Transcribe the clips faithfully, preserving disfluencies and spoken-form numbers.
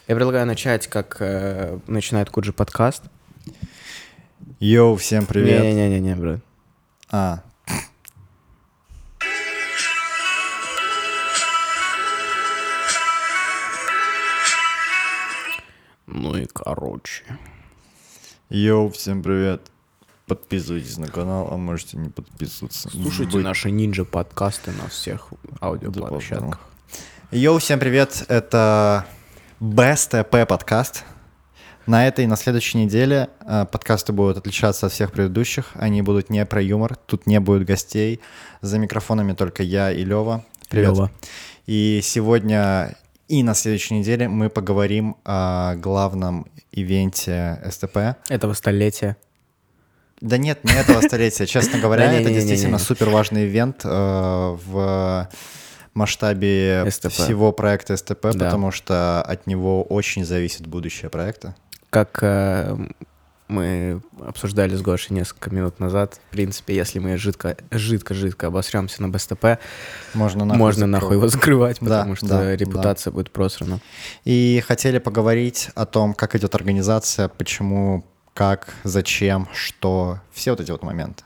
Я предлагаю начать, как э, начинает Куджи подкаст. Йоу, всем привет. Не-не-не, брат. А. Ну и короче. Йоу, всем привет. Подписывайтесь на канал, а можете не подписываться. Слушайте Быть... наши ниндзя-подкасты на всех аудиоплощадках. Йоу, всем привет. Это БСТП подкаст. На этой и на следующей неделе э, подкасты будут отличаться от всех предыдущих. Они будут не про юмор, тут не будет гостей. За микрофонами только я и Лёва. Привет. Лёва. И сегодня и на следующей неделе мы поговорим о главном ивенте СТП. Этого столетия. Да нет, не этого столетия. Честно говоря, Да, не, это не, не, действительно не, не. супер важный ивент э, в масштабе СТП. всего проекта СТП, Да. потому что от него очень зависит будущее проекта. Как э, мы обсуждали с Гошей несколько минут назад, в принципе, если мы жидко, жидко-жидко обосремся на БСТП, Можно нахуй, можно нахуй его закрывать, Да, потому что да, репутация будет просрана. И хотели поговорить о том, как идет организация, почему, как, зачем, что, все вот эти вот моменты.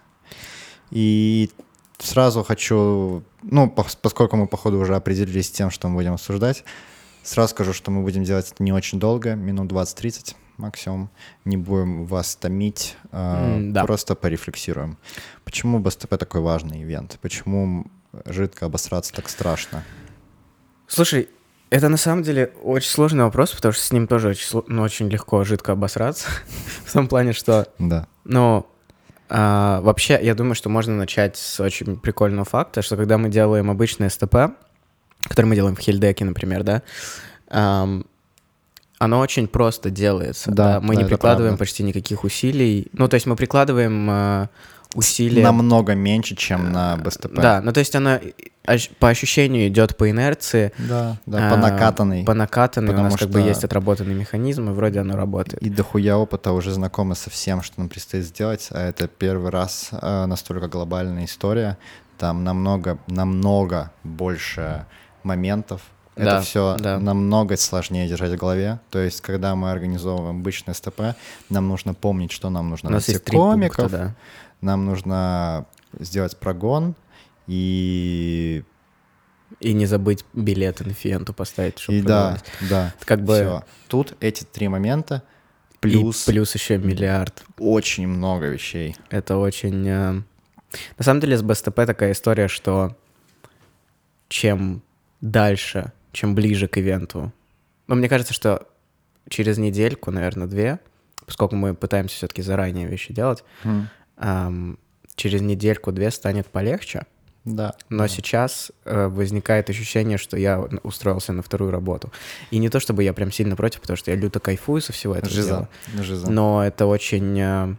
И сразу хочу, ну, поскольку мы, походу, уже определились с тем, что мы будем обсуждать, сразу скажу, что мы будем делать это не очень долго, минут двадцать-тридцать максимум. Не будем вас томить, Mm, да. просто порефлексируем. Почему БСТП такой важный ивент? Почему жидко обосраться так страшно? Слушай, это на самом деле очень сложный вопрос, потому что с ним тоже очень, ну, очень легко жидко обосраться. В том плане, что... Да. Ну, а, вообще, я думаю, что можно начать с очень прикольного факта, что когда мы делаем обычное СТП, который мы делаем в Хильдеке, например, да, ам, оно очень просто делается. Да, Да, мы да, не это прикладываем правда. почти никаких усилий. Ну, то есть мы прикладываем а, усилия... Намного меньше, чем на БСТП. Да, ну то есть оно ощ- по ощущению идет по инерции. Да, да, по а, накатанной. По накатанной. У Потому нас как бы что- есть отработанный механизм, и вроде оно работает. И дохуя опыта уже знакомы со всем, что нам предстоит сделать, а это первый раз э, настолько глобальная история. Там намного, намного больше моментов. Это Да, все да. намного сложнее держать в голове. То есть, когда мы организовываем обычное СТП, нам нужно помнить, что нам нужно У нас найти есть три комиков, пункта, да. нам нужно сделать прогон и... И не забыть билеты на Фиенту поставить, чтобы И да, продавались. да, Это как бы... всё. Тут эти три момента, И плюс плюс еще миллиард. очень много вещей. Это очень... э, На самом деле с БСТП такая история, что чем дальше, чем ближе к ивенту... Ну, мне кажется, что через недельку, наверное, две, поскольку мы пытаемся все-таки заранее вещи делать, М. эм, через недельку-две станет полегче. Да. Но да. сейчас э, возникает ощущение, что я устроился на вторую работу. И не то, чтобы я прям сильно против, потому что я люто кайфую со всего этого Жиза. дела. Жиза. Но это очень э,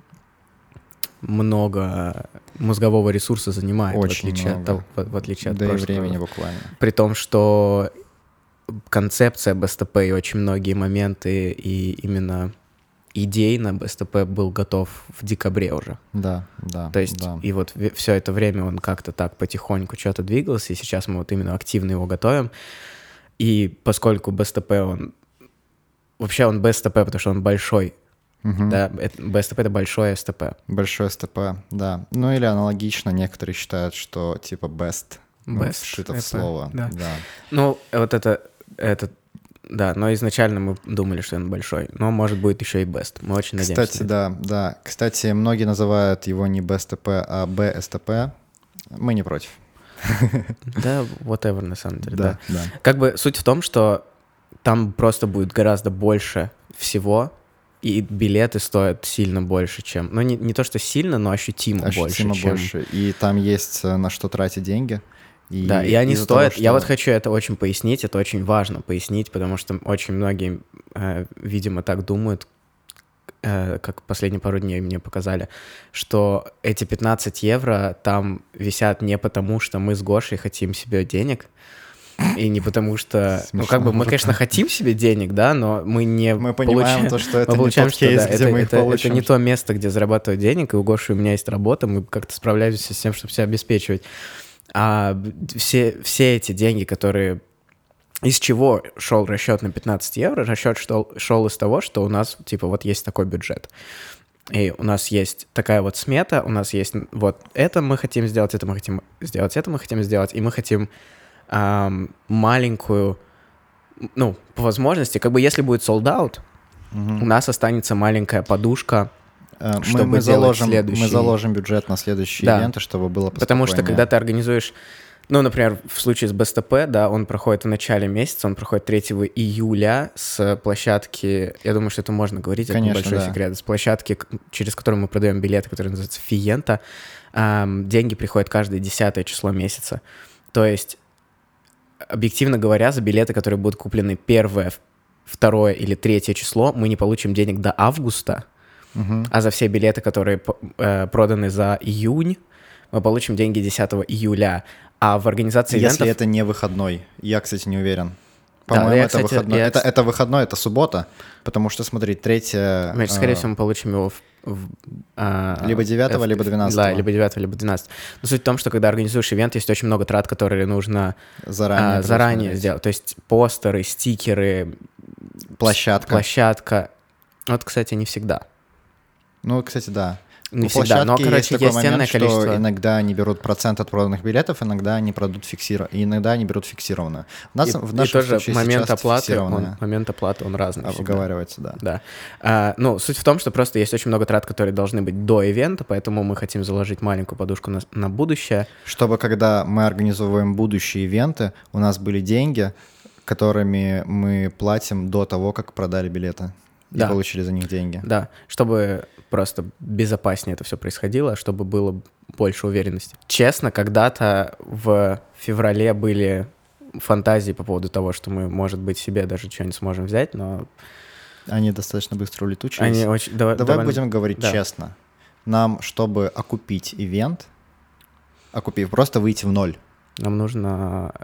много мозгового ресурса занимает, Очень в отличие, от, много. того- в, в отличие от Да и прошлого. времени буквально. При том, что концепция БСТП и очень многие моменты и именно идейно БСТП был готов в декабре уже. Да, да. То есть да. и вот все это время он как-то так потихоньку что-то двигался, и сейчас мы вот именно активно его готовим. И поскольку БСТП, он... Вообще он БСТП, потому что он большой. Мгм. Да, это- БСТП — это большое СТП. Большое СТП, да. Ну или аналогично, некоторые считают, что типа best, ну, Best вшито в ЭП, слово. да. Да. Ну, вот это... это да, но изначально мы думали, что он большой. Но, может, будет еще и Best. Мы очень надеемся. Кстати, на да, да. Кстати, многие называют его не БСТП, а БСТП. Мы не против. это. Да, whatever, на самом деле, да. да. Как бы суть в том, что там просто будет гораздо больше всего, и билеты стоят сильно больше, чем... Ну, не, не то, что сильно, но ощутимо, Ощутимо больше, чем... больше. И там есть э, на что тратить деньги. И Да, и они из-за стоят... того, Я что- вот хочу это очень пояснить, это очень важно пояснить, потому что очень многие, э, видимо, так думают, э, как последние пару дней мне показали, что эти пятнадцать евро там висят не потому, что мы с Гошей хотим себе денег, и не потому что... Ну, как бы мы, конечно, хотим себе денег, да, но мы не Мы понимаем получаем... то, что это Мы не получаем, тот что кейс, да, где это, мы их это, это получим. не то место, где зарабатывать денег, и у Гоши у меня есть работа, мы как-то справляемся с тем, чтобы себя обеспечивать. А все, все эти деньги, которые из чего шел расчет на пятнадцать евро? Расчет шел, шел из того, что у нас, типа, вот есть такой бюджет. И у нас есть такая вот смета, у нас есть вот это мы хотим сделать, это мы хотим сделать, это мы хотим сделать, и мы хотим эм, маленькую, ну, по возможности, как бы если будет sold out, угу. у нас останется маленькая подушка, мы, чтобы мы, заложим, следующий... мы заложим бюджет на следующие да. ивенты, чтобы было поспокойнее. Потому что когда ты организуешь, ну, например, в случае с БСТП, да, он проходит в начале месяца, он проходит третьего июля с площадки, я думаю, что это можно говорить, Конечно, это большой да. секрет, с площадки, через которую мы продаем билеты, которые называются Фиента, эм, деньги приходят каждое десятое число месяца. То есть, объективно говоря, за билеты, которые будут куплены первое, второе или третье число, мы не получим денег до августа, угу. а за все билеты, которые э, проданы за июнь, мы получим деньги десятого июля. А в организации Если ивентов... это не выходной. Я, кстати, не уверен. По-моему, да, я, это кстати, выходной. Я... Это, это выходной, это суббота. Потому что, смотри, третье... Значит, скорее э... всего, мы получим его в... в а... Либо девятого, в... либо двенадцатого. Да, либо девятого, либо двенадцатого. Но суть в том, что когда организуешь ивент, есть очень много трат, которые нужно заранее, а, заранее сделать. То есть постеры, стикеры... Площадка. Площадка. Вот, кстати, не всегда. Ну, кстати, да. Не всегда, но, короче, есть, есть ценное количество. Что иногда они берут процент от проданных билетов, иногда они продают фиксированно, и иногда они берут фиксированно. У нас, и, в нашем и тоже случае момент оплаты, он, момент оплаты, он разный. Обговаривается, да. да. А, ну, суть в том, что просто есть очень много трат, которые должны быть до ивента, поэтому мы хотим заложить маленькую подушку на, на будущее. Чтобы, когда мы организовываем будущие ивенты, у нас были деньги, которыми мы платим до того, как продали билеты. И да. получили за них деньги. Да, чтобы просто безопаснее это все происходило, чтобы было больше уверенности. Честно, когда-то в феврале были фантазии по поводу того, что мы, может быть, себе даже что-нибудь сможем взять, но... Они достаточно быстро улетучились. Они очень... Давай, давай, давай будем говорить да. честно. Нам, чтобы окупить ивент, окупив, просто выйти в ноль. Нам нужно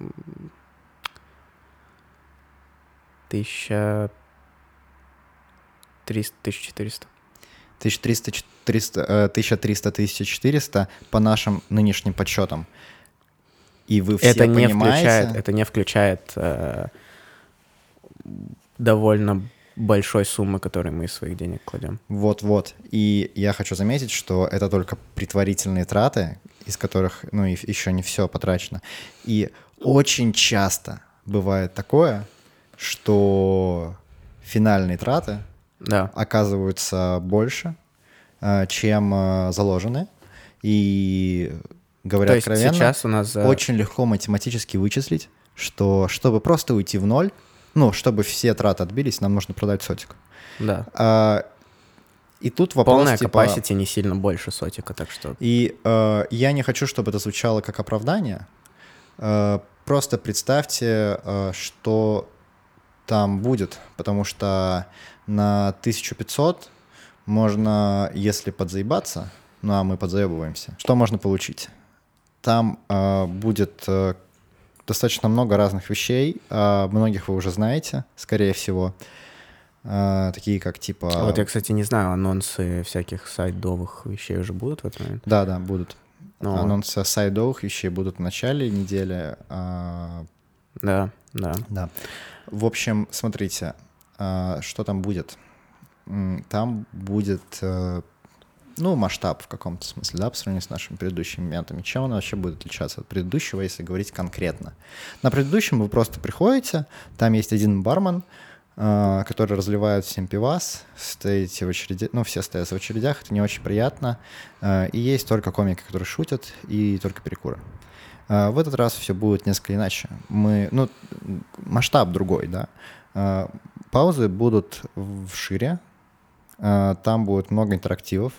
тысяча... триста, тысяча четыреста. тысяча триста, четыреста, тысяча триста, тысяча четыреста по нашим нынешним подсчетам. И вы все это не понимаете... Включает, это не включает э, довольно большой суммы, которую мы из своих денег кладем. Вот-вот. И я хочу заметить, что это только предварительные траты, из которых, ну, и еще не все потрачено. И очень часто бывает такое, что финальные траты да. оказываются больше, чем заложены. И, говоря То откровенно, сейчас у нас... очень легко математически вычислить, что чтобы просто уйти в ноль, ну, чтобы все траты отбились, нам нужно продать сотик. Да. А, и тут вопрос, полная типа... capacity не сильно больше сотика, так что... И а, я не хочу, чтобы это звучало как оправдание. А, просто представьте, а, что там будет, потому что на тысячу пятьсот можно, если подзаебаться, ну а мы подзаебываемся, что можно получить? Там э, будет э, достаточно много разных вещей, э, многих вы уже знаете, скорее всего, э, такие как типа... А вот я, кстати, не знаю, анонсы всяких сайдовых вещей уже будут в этот момент? Да, да, будут. Ну, анонсы сайдовых вещей будут в начале недели. Э, да, да. Да. В общем, смотрите, э, что там будет. Там будет, ну, масштаб в каком-то смысле, да, по сравнению с нашими предыдущими ивентами. Чем он вообще будет отличаться от предыдущего, если говорить конкретно? На предыдущем вы просто приходите, там есть один бармен, который разливает всем пивас, стоите в очереди, ну, все стоят в очередях, это не очень приятно, и есть только комики, которые шутят, и только перекуры. В этот раз все будет несколько иначе. Мы, ну, масштаб другой, да. Паузы будут шире, там будет много интерактивов,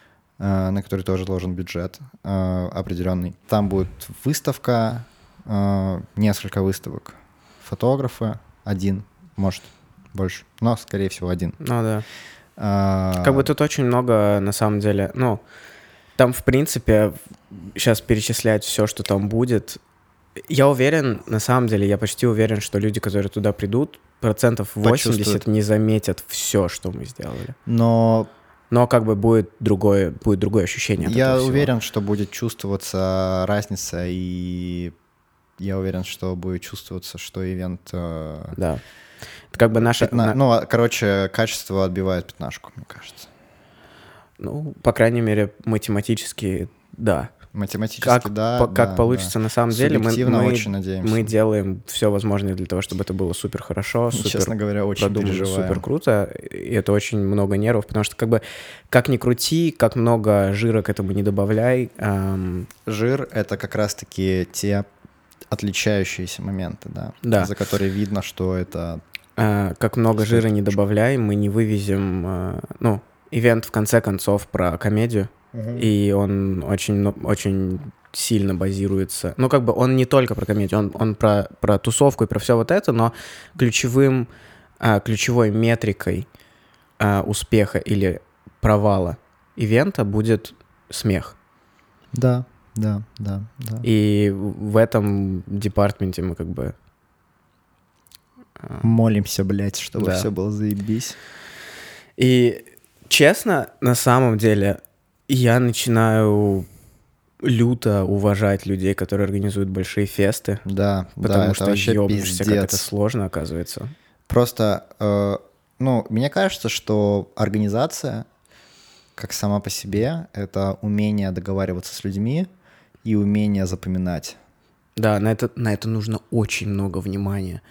на которые тоже должен бюджет определенный. Там будет выставка, несколько выставок, фотографы, один, может, больше, но, скорее всего, один. Ну да. А... Как бы тут очень много, на самом деле, ну, там, в принципе, сейчас перечислять все, что там будет, я уверен, на самом деле, я почти уверен, что люди, которые туда придут, процентов восемьдесят не заметят все, что мы сделали. Но... Но как бы будет другое, будет другое ощущение от Я этого уверен, всего. Что будет чувствоваться разница и я уверен, что будет чувствоваться, что ивент... Э, да. Это как бы наша... Пятна... Ну, короче, качество отбивает пятнашку, мне кажется. Ну, по крайней мере, математически, да. Математически, как, да. По, да как получится да. на самом деле, мы, мы, очень надеемся. мы делаем все возможное для того, чтобы это было супер хорошо, супер Честно говоря, очень продумано, переживаем. супер круто. И это очень много нервов, потому что как бы как ни крути, как много жира к этому не добавляй. Эм... Жир — это как раз-таки те отличающиеся моменты, да, да. за которые видно, что это... Э, как много что жира это? не добавляй, мы не вывезем... Э, ну, ивент, в конце концов, про комедию, угу. И он очень, очень сильно базируется... Ну, как бы он не только про комедию, он, он про, про тусовку и про все вот это, но ключевым, э, ключевой метрикой э, успеха или провала ивента будет смех. Да, да, да, да. И в этом департаменте мы как бы... Э, Молимся, блядь, чтобы да. все было заебись. И... Честно, на самом деле, я начинаю люто уважать людей, которые организуют большие фесты. Да, потому да, что это вообще ёбнешься, пиздец. Как это сложно, оказывается. Просто, э, ну, мне кажется, что организация, как сама по себе, это умение договариваться с людьми и умение запоминать. Да, на это, на это нужно очень много внимания.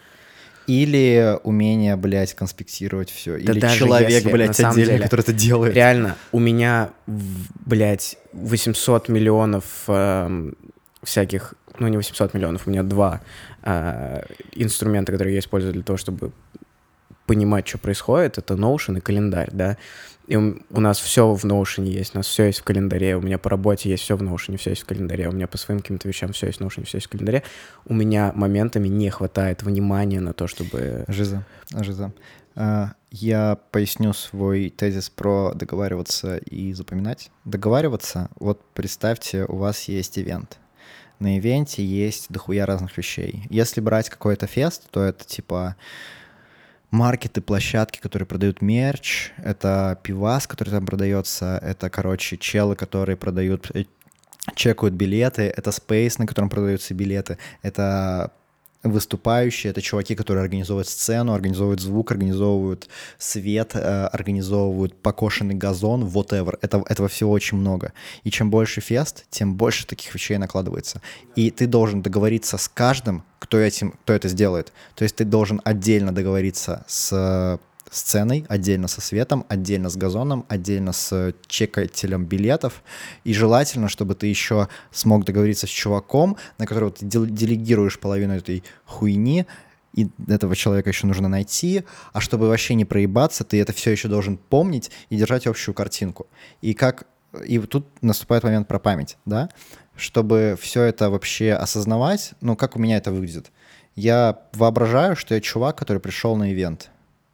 Или умение, блядь, конспектировать все. Да или человек, если, блядь, отдельный, деле, который это делает. Реально, у меня, блядь, восемьсот миллионов э, всяких... Ну, не восемьсот миллионов, у меня два э, инструмента, которые я использую для того, чтобы понимать, что происходит. Это Notion и календарь, да. И у, у нас все в Notion есть, у нас все есть в календаре, у меня по работе есть все в Notion, все есть в календаре, у меня по своим каким-то вещам все есть в Notion, все есть в календаре. У меня моментами не хватает внимания на то, чтобы... Жиза, Жиза. Uh, я поясню свой тезис про договариваться и запоминать. Договариваться, вот представьте, у вас есть ивент. На ивенте есть дохуя разных вещей. Если брать какой-то фест, то это типа... маркеты, площадки, которые продают мерч, это пивас, который там продается, это, короче, челы, которые продают, чекают билеты, это спейс, на котором продаются билеты, это выступающие, это чуваки, которые организовывают сцену, организовывают звук, организовывают свет, организовывают покошенный газон, whatever. Это, этого всего очень много. И чем больше фест, тем больше таких вещей накладывается. И ты должен договориться с каждым, кто, этим, кто это сделает. То есть ты должен отдельно договориться с сценой, отдельно со светом, отдельно с газоном, отдельно с чекателем билетов. И желательно, чтобы ты еще смог договориться с чуваком, на которого ты делегируешь половину этой хуйни, и этого человека еще нужно найти. А чтобы вообще не проебаться, ты это все еще должен помнить и держать общую картинку. И как... И тут наступает момент про память, да? Чтобы все это вообще осознавать, ну, как у меня это выглядит. Я воображаю, что я чувак, который пришел на ивент.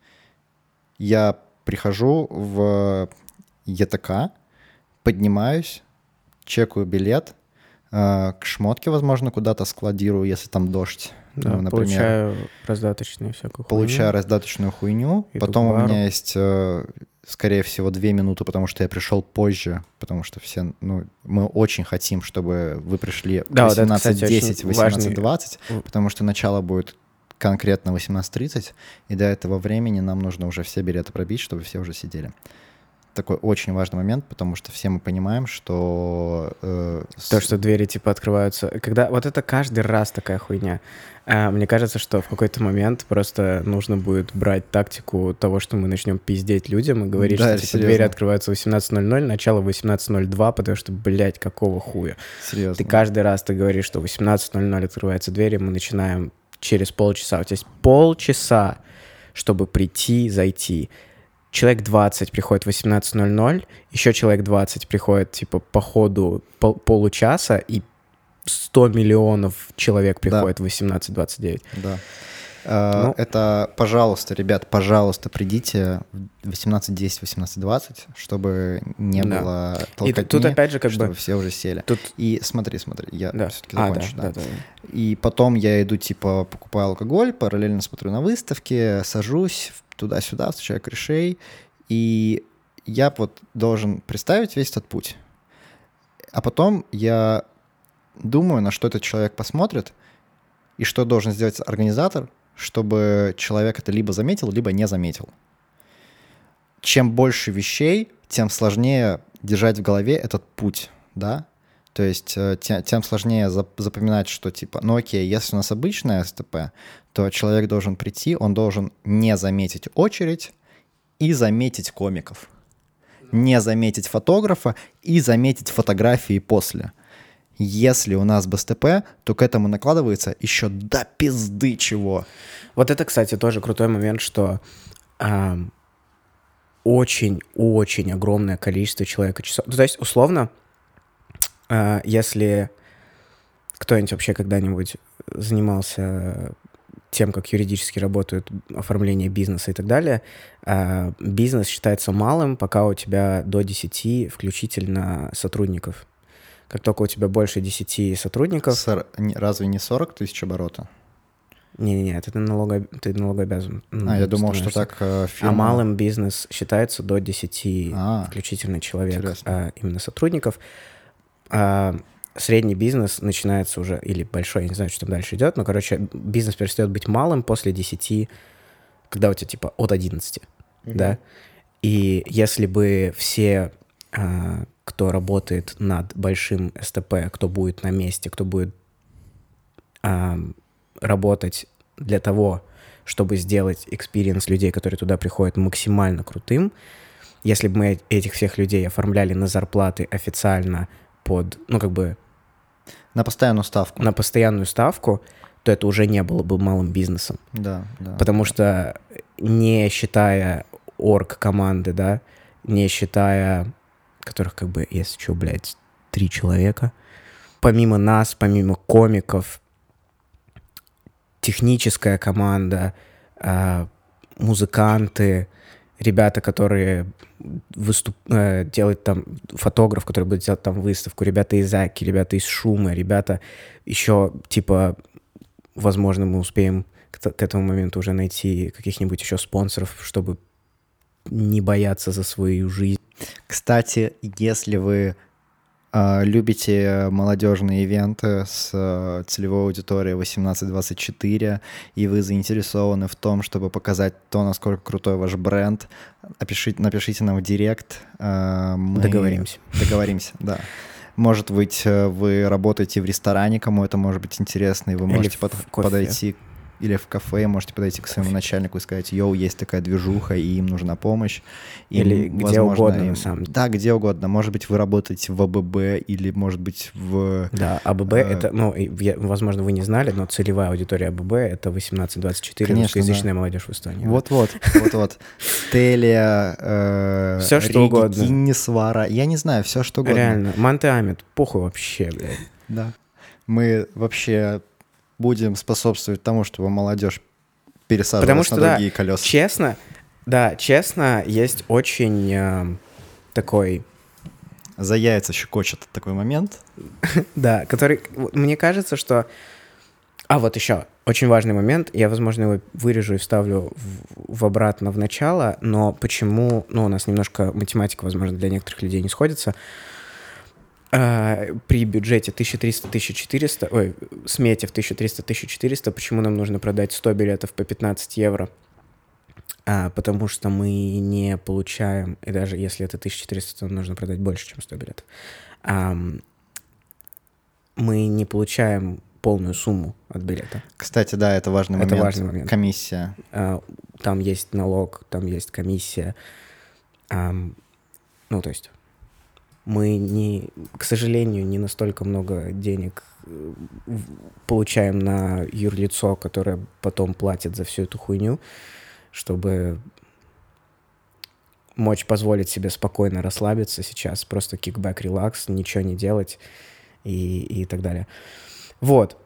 Я прихожу в ЕТК, поднимаюсь, чекаю билет, э, к шмотке, возможно, куда-то складирую, если там дождь. Да, ну, например, получаю раздаточную всякую хуйню. Получаю раздаточную хуйню. Иду потом у меня есть, э, скорее всего, две минуты, потому что я пришел позже, потому что все, ну, мы очень хотим, чтобы вы пришли да, восемнадцать десять, вот восемнадцать двадцать, потому что начало будет конкретно восемнадцать тридцать, и до этого времени нам нужно уже все билеты пробить, чтобы все уже сидели. Такой очень важный момент, потому что все мы понимаем, что... Э, То, что двери типа открываются. Когда вот это каждый раз такая хуйня. А, мне кажется, что в какой-то момент просто нужно будет брать тактику того, что мы начнем пиздеть людям и говорить, да, что типа, двери открываются в восемнадцать ноль ноль, начало в восемнадцать ноль два, потому что, блядь, какого хуя? Серьезно. Ты каждый раз ты говоришь, что в восемнадцать ноль ноль открываются двери, мы начинаем через полчаса. У тебя есть полчаса, чтобы прийти, зайти. Человек двадцать приходит в восемнадцать ноль ноль, еще человек двадцать приходит, типа, по ходу пол- получаса, и сто миллионов человек приходит, да, в восемнадцать двадцать девять. Да. Ну, это, пожалуйста, ребят, пожалуйста, придите в восемнадцать десять, восемнадцать двадцать, чтобы не да. было толкотни, и тут опять же как чтобы бы... все уже сели. Тут... И смотри, смотри, я да. все-таки закончу. А, да, да. Да, да. И потом я иду, типа, покупаю алкоголь, параллельно смотрю на выставки, сажусь туда-сюда, встречаю корешей, и я вот должен представить весь этот путь. А потом я думаю, на что этот человек посмотрит, И что должен сделать организатор, чтобы человек это либо заметил, либо не заметил. Чем больше вещей, тем сложнее держать в голове этот путь, да? То есть тем, тем сложнее запоминать, что типа, ну окей, если у нас обычная СТП, то человек должен прийти, он должен не заметить очередь и заметить комиков. Не заметить фотографа и заметить фотографии после. Если у нас БСТП, то к этому накладывается еще до пизды чего. Вот это, кстати, тоже крутой момент, что э, очень-очень огромное количество человека часов. Ну, то есть, условно, э, если кто-нибудь вообще когда-нибудь занимался тем, как юридически работают оформление бизнеса и так далее, э, бизнес считается малым, пока у тебя до десяти включительно сотрудников. Как только у тебя больше десяти сотрудников... Сор... Разве не сорок тысяч оборота? Не-не-не, это ты, налого... ты налогообязан. А, я думал, что так э, фирма... А малым бизнес считается до десяти а, включительно человек, а, именно сотрудников. А средний бизнес начинается уже, или большой, я не знаю, что там дальше идет, но, короче, бизнес перестает быть малым после десяти, когда у тебя, типа, от одиннадцати, mm-hmm. да? И если бы все... кто работает над большим СТП, кто будет на месте, кто будет а, работать для того, чтобы сделать экспириенс людей, которые туда приходят, максимально крутым. Если бы мы этих всех людей оформляли на зарплаты официально под, ну, как бы... На постоянную ставку. На постоянную ставку, то это уже не было бы малым бизнесом. Да, да. Потому да. что, не считая орг-команды, да, не считая... которых, как бы, если что, блядь, три человека. Помимо нас, помимо комиков, техническая команда, э, музыканты, ребята, которые выступ... э, делают там, фотограф, который будет делать там выставку, ребята из Аки, ребята из Шума, ребята еще, типа, возможно, мы успеем к, к этому моменту уже найти каких-нибудь еще спонсоров, чтобы не бояться за свою жизнь. Кстати, если вы э, любите молодежные ивенты с э, целевой аудиторией восемнадцать двадцать четыре, и вы заинтересованы в том, чтобы показать то, насколько крутой ваш бренд, опишите, напишите нам в директ. Э, мы договоримся. Договоримся, да. Может быть, вы работаете в ресторане, кому это может быть интересно, и вы Или можете под, подойти... Или в кафе можете подойти к своему начальнику и сказать: йоу, есть такая движуха, и им нужна помощь. Им, или где возможно, угодно, им... на самом деле. Да, где угодно. Может быть, вы работаете в АББ, или, может быть, в... Да, АББ э... — это, ну, я, возможно, вы не знали, но целевая аудитория АББ — это восемнадцать двадцать четыре, русскоязычная да. молодежь в Эстонии. Вот-вот, вот-вот. Телия, все что угодно. Киннисвара, я не знаю, все что угодно. Реально, Манте-Амет, похуй вообще, блядь. Да. Мы вообще будем способствовать тому, чтобы молодежь пересаживалась Потому что, на другие да, колеса. Честно, да, честно, есть очень э, такой... За яйца щекочет такой момент. Да, который... Мне кажется, что... А, вот еще очень важный момент. Я, возможно, его вырежу и вставлю в, в обратно в начало, но почему... Ну, у нас немножко математика, возможно, для некоторых людей не сходится. При бюджете тысяча триста - тысяча четыреста, ой, смете в тысяча триста - тысяча четыреста, почему нам нужно продать сто билетов по пятнадцать евро? А, потому что мы не получаем, и даже если это тысяча четыреста, то нужно продать больше, чем сто билетов. А, мы не получаем полную сумму от билета. Кстати, да, это важный момент. Это важный момент. Комиссия. А, там есть налог, там есть комиссия. А, ну, то есть... Мы, не, к сожалению, не настолько много денег получаем на юрлицо, которое потом платит за всю эту хуйню, чтобы мочь позволить себе спокойно расслабиться сейчас, просто кикбэк, релакс, ничего не делать и, и так далее. Вот.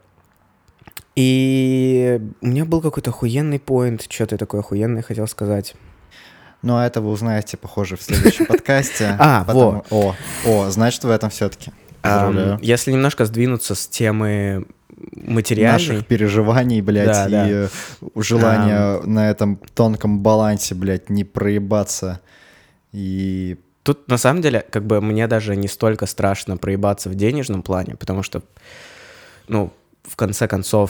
И у меня был какой-то охуенный поинт, что-то такое охуенное хотел сказать. Ну, а это вы узнаете, похоже, в следующем подкасте. А, вот. О, о, значит, в этом все-таки. Если немножко сдвинуться с темы материальной... Наших переживаний, блядь, и желания на этом тонком балансе, блядь, не проебаться. И... Тут, на самом деле, как бы мне даже не столько страшно проебаться в денежном плане, потому что, ну, в конце концов,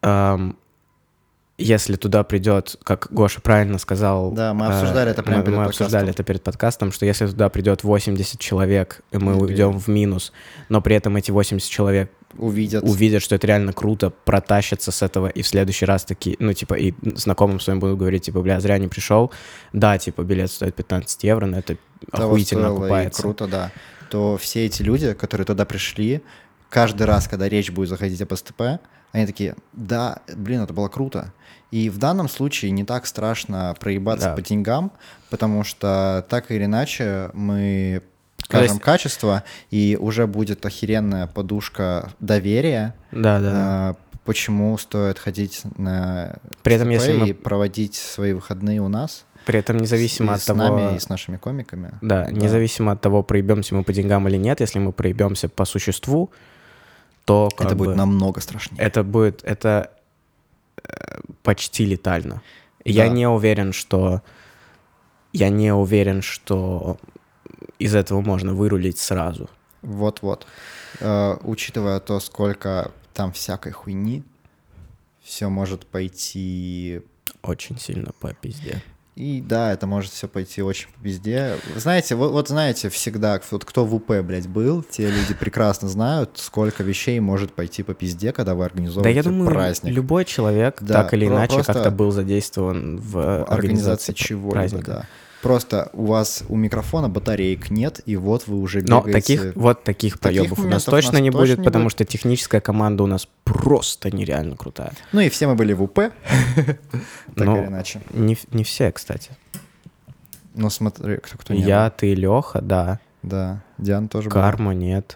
эм, если туда придет, как Гоша правильно сказал... Да, мы обсуждали э, это прямо мы, перед мы подкастом. обсуждали это перед подкастом, что если туда придет восемьдесят человек, и мы Или- уйдем в минус, но при этом эти восемьдесят человек Увидят. увидят, что это реально круто, протащатся с этого, и в следующий раз такие, ну, типа, и знакомым своим будут говорить, типа, бля, зря не пришел. Да, типа, билет стоит пятнадцать евро, но это Того охуительно стоило и окупается. круто, да. То все эти люди, которые туда пришли, каждый раз, когда речь будет заходить об СТП, они такие, да, блин, это было круто. И в данном случае не так страшно проебаться Да. по деньгам, потому что так или иначе мы То скажем есть- качество, и уже будет охеренная подушка доверия, Да, да. а, почему стоит ходить на При этом, СТП если мы- и проводить свои выходные у нас. При этом независимо и от с того... нами, и с нашими комиками. Да, независимо от того, проебемся мы по деньгам или нет, если мы проебемся по существу, то как Это будет бы намного страшнее. это будет это э, почти летально. Я Да. не уверен, что я не уверен, что из этого можно вырулить сразу. Вот-вот. Э, учитывая то, сколько там всякой хуйни, все может пойти... Очень сильно по пизде. И да, это может все пойти очень везде. Знаете, вот, вот знаете, всегда, вот кто в УП, блядь, был, те люди прекрасно знают, сколько вещей может пойти по пизде, когда вы Да, организовываете я думаю, праздник. любой человек Да, так или про- иначе просто как-то был задействован в Организация организации чего-либо, праздника. да. Просто у вас у микрофона батареек нет, и вот вы уже Но бегаете... таких, вот таких Таких проебов у нас моментов у точно нас не точно будет, не потому будет. что техническая команда у нас просто нереально крутая. Ну и все мы были в УП, так Но или иначе. не, в- не все, кстати. Ну смотри, кто, кто не Я, ты, Леха, да. был. Да, Диана тоже была. Карма нет.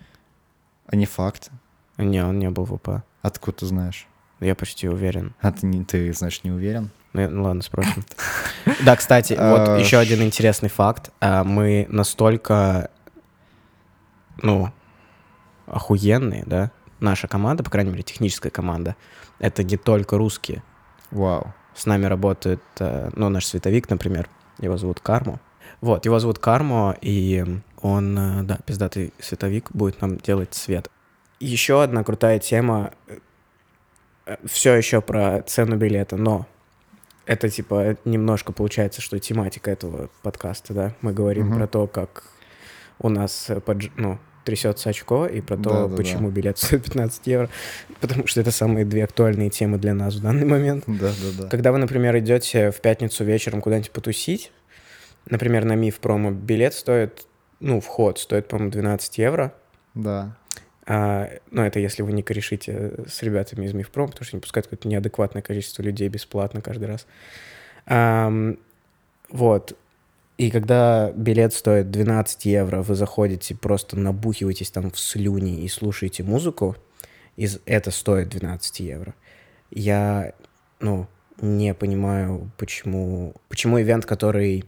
А не факт. Не, он не был в УП. Откуда ты знаешь? Я почти уверен. А ты, не, ты значит, не уверен? Ну, ну ладно, спросим. Да, кстати, вот А, еще один интересный факт. А, Мы настолько, ну, охуенные, да? Наша команда, по крайней мере, техническая команда, это не только русские. Вау. С нами работает, э, ну, наш световик, например, его зовут Кармо. Вот, его зовут Кармо, и он, э, да, пиздатый световик, будет нам делать свет. Еще одна крутая тема, все еще про цену билета, но это, типа, немножко получается, что тематика этого подкаста, да, мы говорим Мгм. про то, как у нас, э, подж- ну, трясется очко, и про то, Да-да-да. почему билет стоит пятнадцать евро, потому что это самые две актуальные темы для нас в данный момент. Да-да-да. Когда вы, например, идете в пятницу вечером куда-нибудь потусить, например, на Миф промо билет стоит, ну, вход стоит, по-моему, двенадцать евро. Да. А, ну, это если вы не корешите с ребятами из Миф промо, потому что они пускают какое-то неадекватное количество людей бесплатно каждый раз. Ам, вот. И когда билет стоит двенадцать евро, вы заходите, просто набухиваетесь там в слюни и слушаете музыку, и это стоит двенадцать евро. Я, ну, не понимаю, почему, почему ивент, который,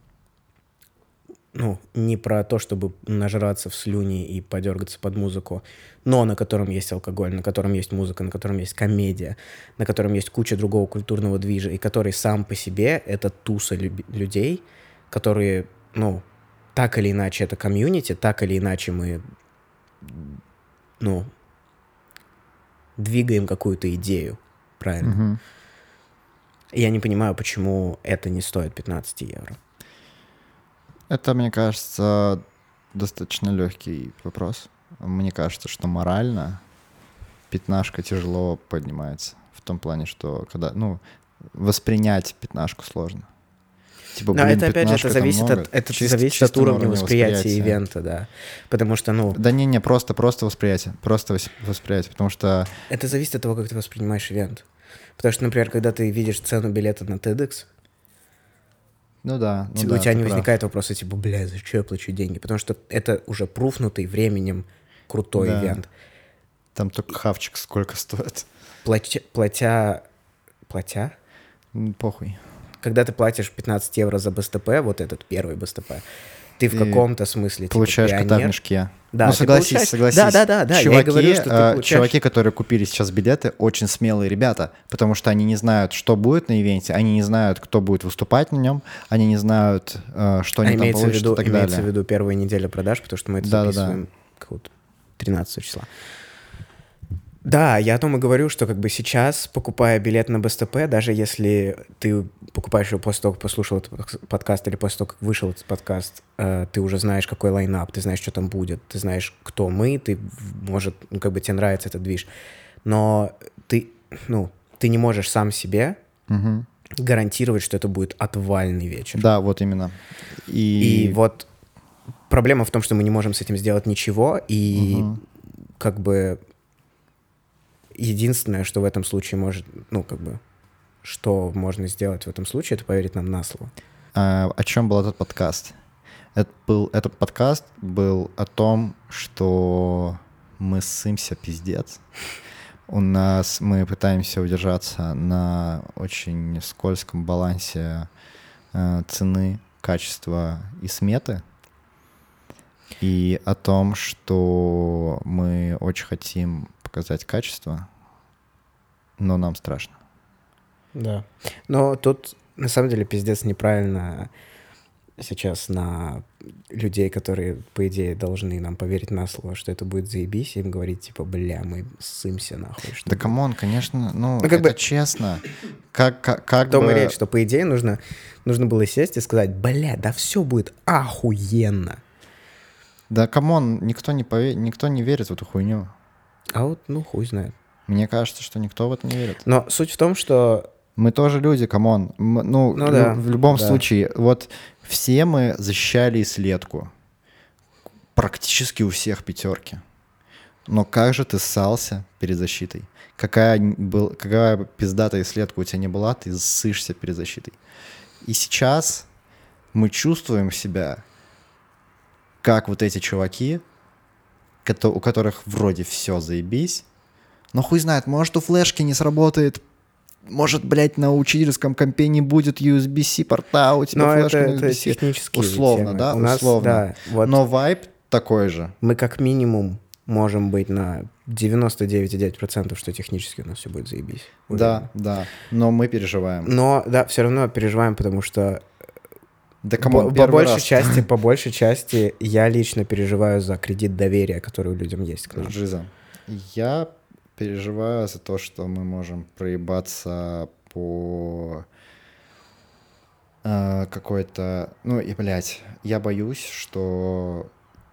ну, не про то, чтобы нажраться в слюни и подергаться под музыку, но на котором есть алкоголь, на котором есть музыка, на котором есть комедия, на котором есть куча другого культурного движа, и который сам по себе — это туса люби- людей, которые, ну, так или иначе это комьюнити, так или иначе мы, ну, двигаем какую-то идею, правильно? Мгм. Я не понимаю, почему это не стоит пятнадцать евро. Это, мне кажется, достаточно легкий вопрос. Мне кажется, что морально пятнашка тяжело поднимается. В том плане, что когда, ну, воспринять пятнашку сложно. Типа, Но блин, это, опять же, это пятнашка зависит, много. от, это Чисто- зависит чисто от на уровня уровне восприятия, восприятия. ивента, да. Потому что, ну, Да не-не, просто, просто восприятие. Просто вос- восприятие. Потому что это зависит от того, как ты воспринимаешь ивент. Потому что, например, когда ты видишь цену билета на TEDx, ну да, ну тебе- да, у тебя ты не прав. возникает вопроса, типа, бля, за что я плачу деньги? Потому что это уже пруфнутый временем крутой Да. ивент. Там только хавчик сколько стоит. Платя, платя, платя? М, Похуй. Когда ты платишь пятнадцать евро за БСТП, вот этот первый БСТП, ты в Ты каком-то смысле, типа, Получаешь кота в пионер. мешке. Да, ну ты согласись, получаешь- согласись. Да, да, да, да, я и Чуваки, говорю, что ты э, получаешь- чуваки, которые купили сейчас билеты, очень смелые ребята, потому что они не знают, что будет на ивенте, они не знают, кто будет выступать на нем, они не знают, э, что они А там имеется в получат виду, и так имеется далее. в виду первая неделя продаж, потому что мы это Да-да-да. записываем какого-то тринадцатого числа. Да, я о том и говорю, что как бы сейчас, покупая билет на БСТП, даже если ты покупаешь его после того, как послушал этот подкаст, или после того, как вышел этот подкаст, э, ты уже знаешь, какой лайнап, ты знаешь, что там будет, ты знаешь, кто мы, ты, может, ну, как бы тебе нравится этот движ. Но ты, ну, ты не можешь сам себе Угу. гарантировать, что это будет отвальный вечер. Да, вот именно. И, И вот проблема в том, что мы не можем с этим сделать ничего, и Мгм. как бы единственное, что в этом случае может, ну, как бы, что можно сделать в этом случае, это поверить нам на слово. а, о чем был этот подкаст? Это был, этот подкаст был о том, что мы ссымся пиздец. У нас мы пытаемся удержаться на очень скользком балансе э, цены, качества и сметы. И о том, что мы очень хотим показать качество, но нам страшно. Да. Но тут, на самом деле, пиздец неправильно сейчас на людей, которые, по идее, должны нам поверить на слово, что это будет заебись, им говорить, типа, бля, мы ссымся нахуй. Да камон, конечно, ну, Ну, как это бы- честно. Как, как, как В том бы... и речь, что, по идее, нужно, нужно было сесть и сказать, бля, да все будет охуенно. Да камон, никто не, пове... никто не верит в эту хуйню. А вот, ну, хуй знает. Мне кажется, что никто в это не верит. Но суть в том, что... Мы тоже люди, камон. М, Ну, Ну лю- да, в любом да. случае, вот все мы защищали исследку. Практически у всех пятерки. Но как же ты ссался перед защитой? Какая, н- был, какая бы пиздатая исследка у тебя не была, ты ссышься перед защитой. И сейчас мы чувствуем себя как вот эти чуваки, кото- у которых вроде все заебись, но хуй знает, может у флешки не сработает, может, блядь, на учительском компе не будет ю эс би-C порта, а у тебя Но это, флешка на это ю эс би-C. технические Условно, темы. да, У нас, условно. да, вот Но вайб такой же. мы как минимум можем быть на девяносто девять целых девять десятых процента, что технически у нас все будет заебись. Уверен. Да, да. Но мы переживаем. Но, да, все равно переживаем, потому что Да по, камон, по первый большей раз. части, по большей части я лично переживаю за кредит доверия, который у людям есть к нам. Жиза. Я переживаю за то, что мы можем проебаться по э, какой-то... Ну и, блядь, я боюсь, что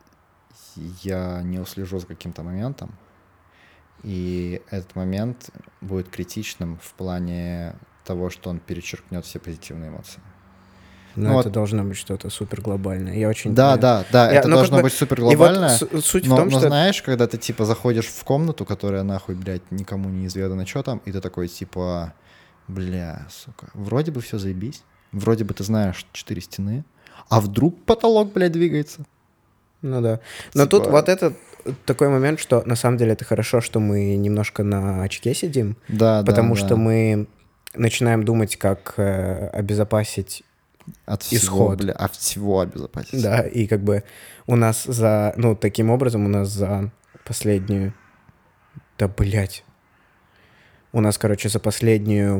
я не услежу за каким-то моментом, и этот момент будет критичным в плане того, что он перечеркнет все позитивные эмоции. Но Ну это вот- должно быть что-то супер глобальное. Я очень... Да, я- да, да, Я- это ну, как должно бы- быть супер И вот глобально. с- суть Но, в том, но что... знаешь, когда ты, типа, заходишь в комнату, которая, нахуй, блядь, никому не изведано, что там, и ты такой, типа, бля, сука, вроде бы все заебись, вроде бы ты знаешь четыре стены, а вдруг потолок, блядь, двигается? Ну да. Но Типа- тут вот это такой момент, что на самом деле это хорошо, что мы немножко на очке сидим, Да, потому да, что да. мы начинаем думать, как э, обезопасить, От всего, исход. бля, от всего обезопасить. да, и как бы у нас за, ну, таким образом у нас за последнюю, да, блядь, у нас, короче, за последнюю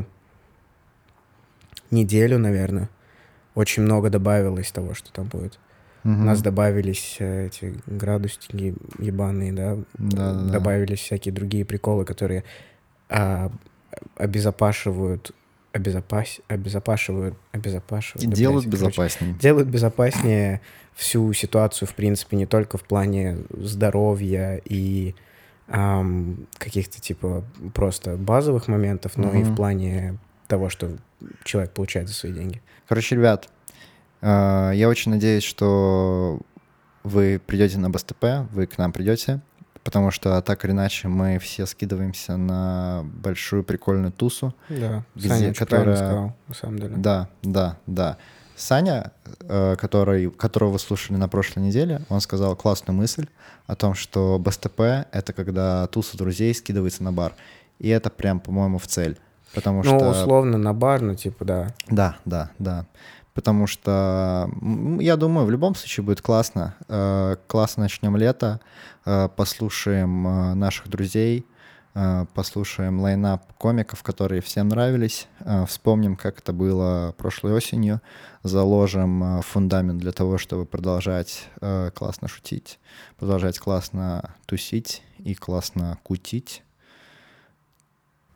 неделю, наверное, очень много добавилось того, что там будет. Мгм. У нас добавились э, эти градусники ебаные, да, Да-да-да. добавились всякие другие приколы, которые а, обезопашивают, обезопас, обезопашивают, обезопашивают. И да, делают блядь, короче, безопаснее. делают безопаснее всю ситуацию, в принципе, не только в плане здоровья и ам, каких-то, типа, просто базовых моментов, но и в Мгм. плане того, что человек получает за свои деньги. Короче, ребят, э, я очень надеюсь, что вы придете на БСТП, вы к нам придете, потому что так или иначе мы все скидываемся на большую прикольную тусу. Да, Где- Саня очень правильно которая- сказал, на самом деле. Да, да, да. Саня, э, который, которого вы слушали на прошлой неделе, он сказал классную мысль о том, что БСТП — это когда туса друзей скидывается на бар. И это прям, по-моему, в цель. Потому Ну, что... условно, на бар, ну, типа, да. Да, да, да. Потому что, м, я думаю, в любом случае будет классно. Э, Классно начнем лето, э, послушаем э, наших друзей, э, послушаем лайнап комиков, которые всем нравились, э, вспомним, как это было прошлой осенью, заложим э, фундамент для того, чтобы продолжать э, классно шутить, продолжать классно тусить и классно кутить.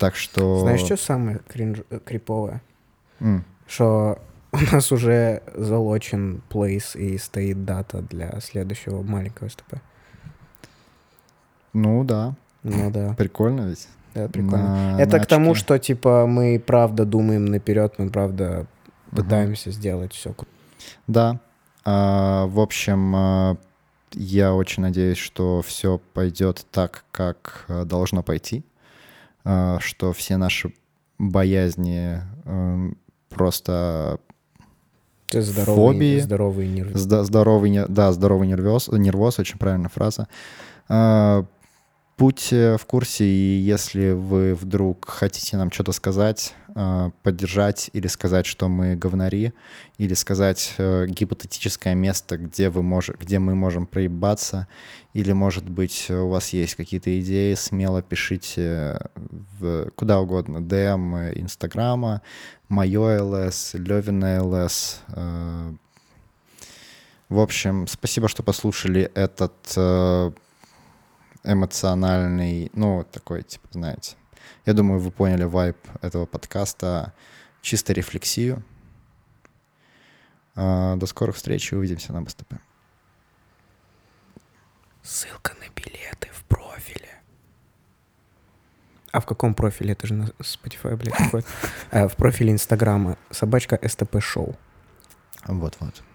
Так что... Знаешь, что самое кринж... криповое? Mm. Что у нас уже залочен плейс и стоит дата для следующего маленького СТП. Ну да. Ну да. Прикольно ведь. Да, прикольно. На, Это на к тому, очки. что типа мы правда думаем наперед, мы правда пытаемся uh-huh. сделать все. Да. А, в общем, а, я очень надеюсь, что все пойдет так, как а, должно пойти. А, что все наши боязни а, просто здоровый, фобии. Здоровый нервоз. Здоровый, да, здоровый нервоз. Нервоз, очень правильная фраза. А, будьте в курсе, и если вы вдруг хотите нам что-то сказать, поддержать или сказать, что мы говнари, или сказать гипотетическое место, где, вы мож... где мы можем проебаться, или, может быть, у вас есть какие-то идеи, смело пишите в... куда угодно, ди эм Инстаграма, мое ЛС, Левина ЛС. В общем, спасибо, что послушали этот... эмоциональный, ну, такой, типа, знаете. Я думаю, вы поняли вайб этого подкаста. Чисто рефлексию. До скорых встреч и увидимся на БСТП. Ссылка на билеты в профиле. А в каком профиле? Это же на Spotify, блядь, выходит. В профиле Инстаграма. Собачка СТП Шоу. Вот-вот.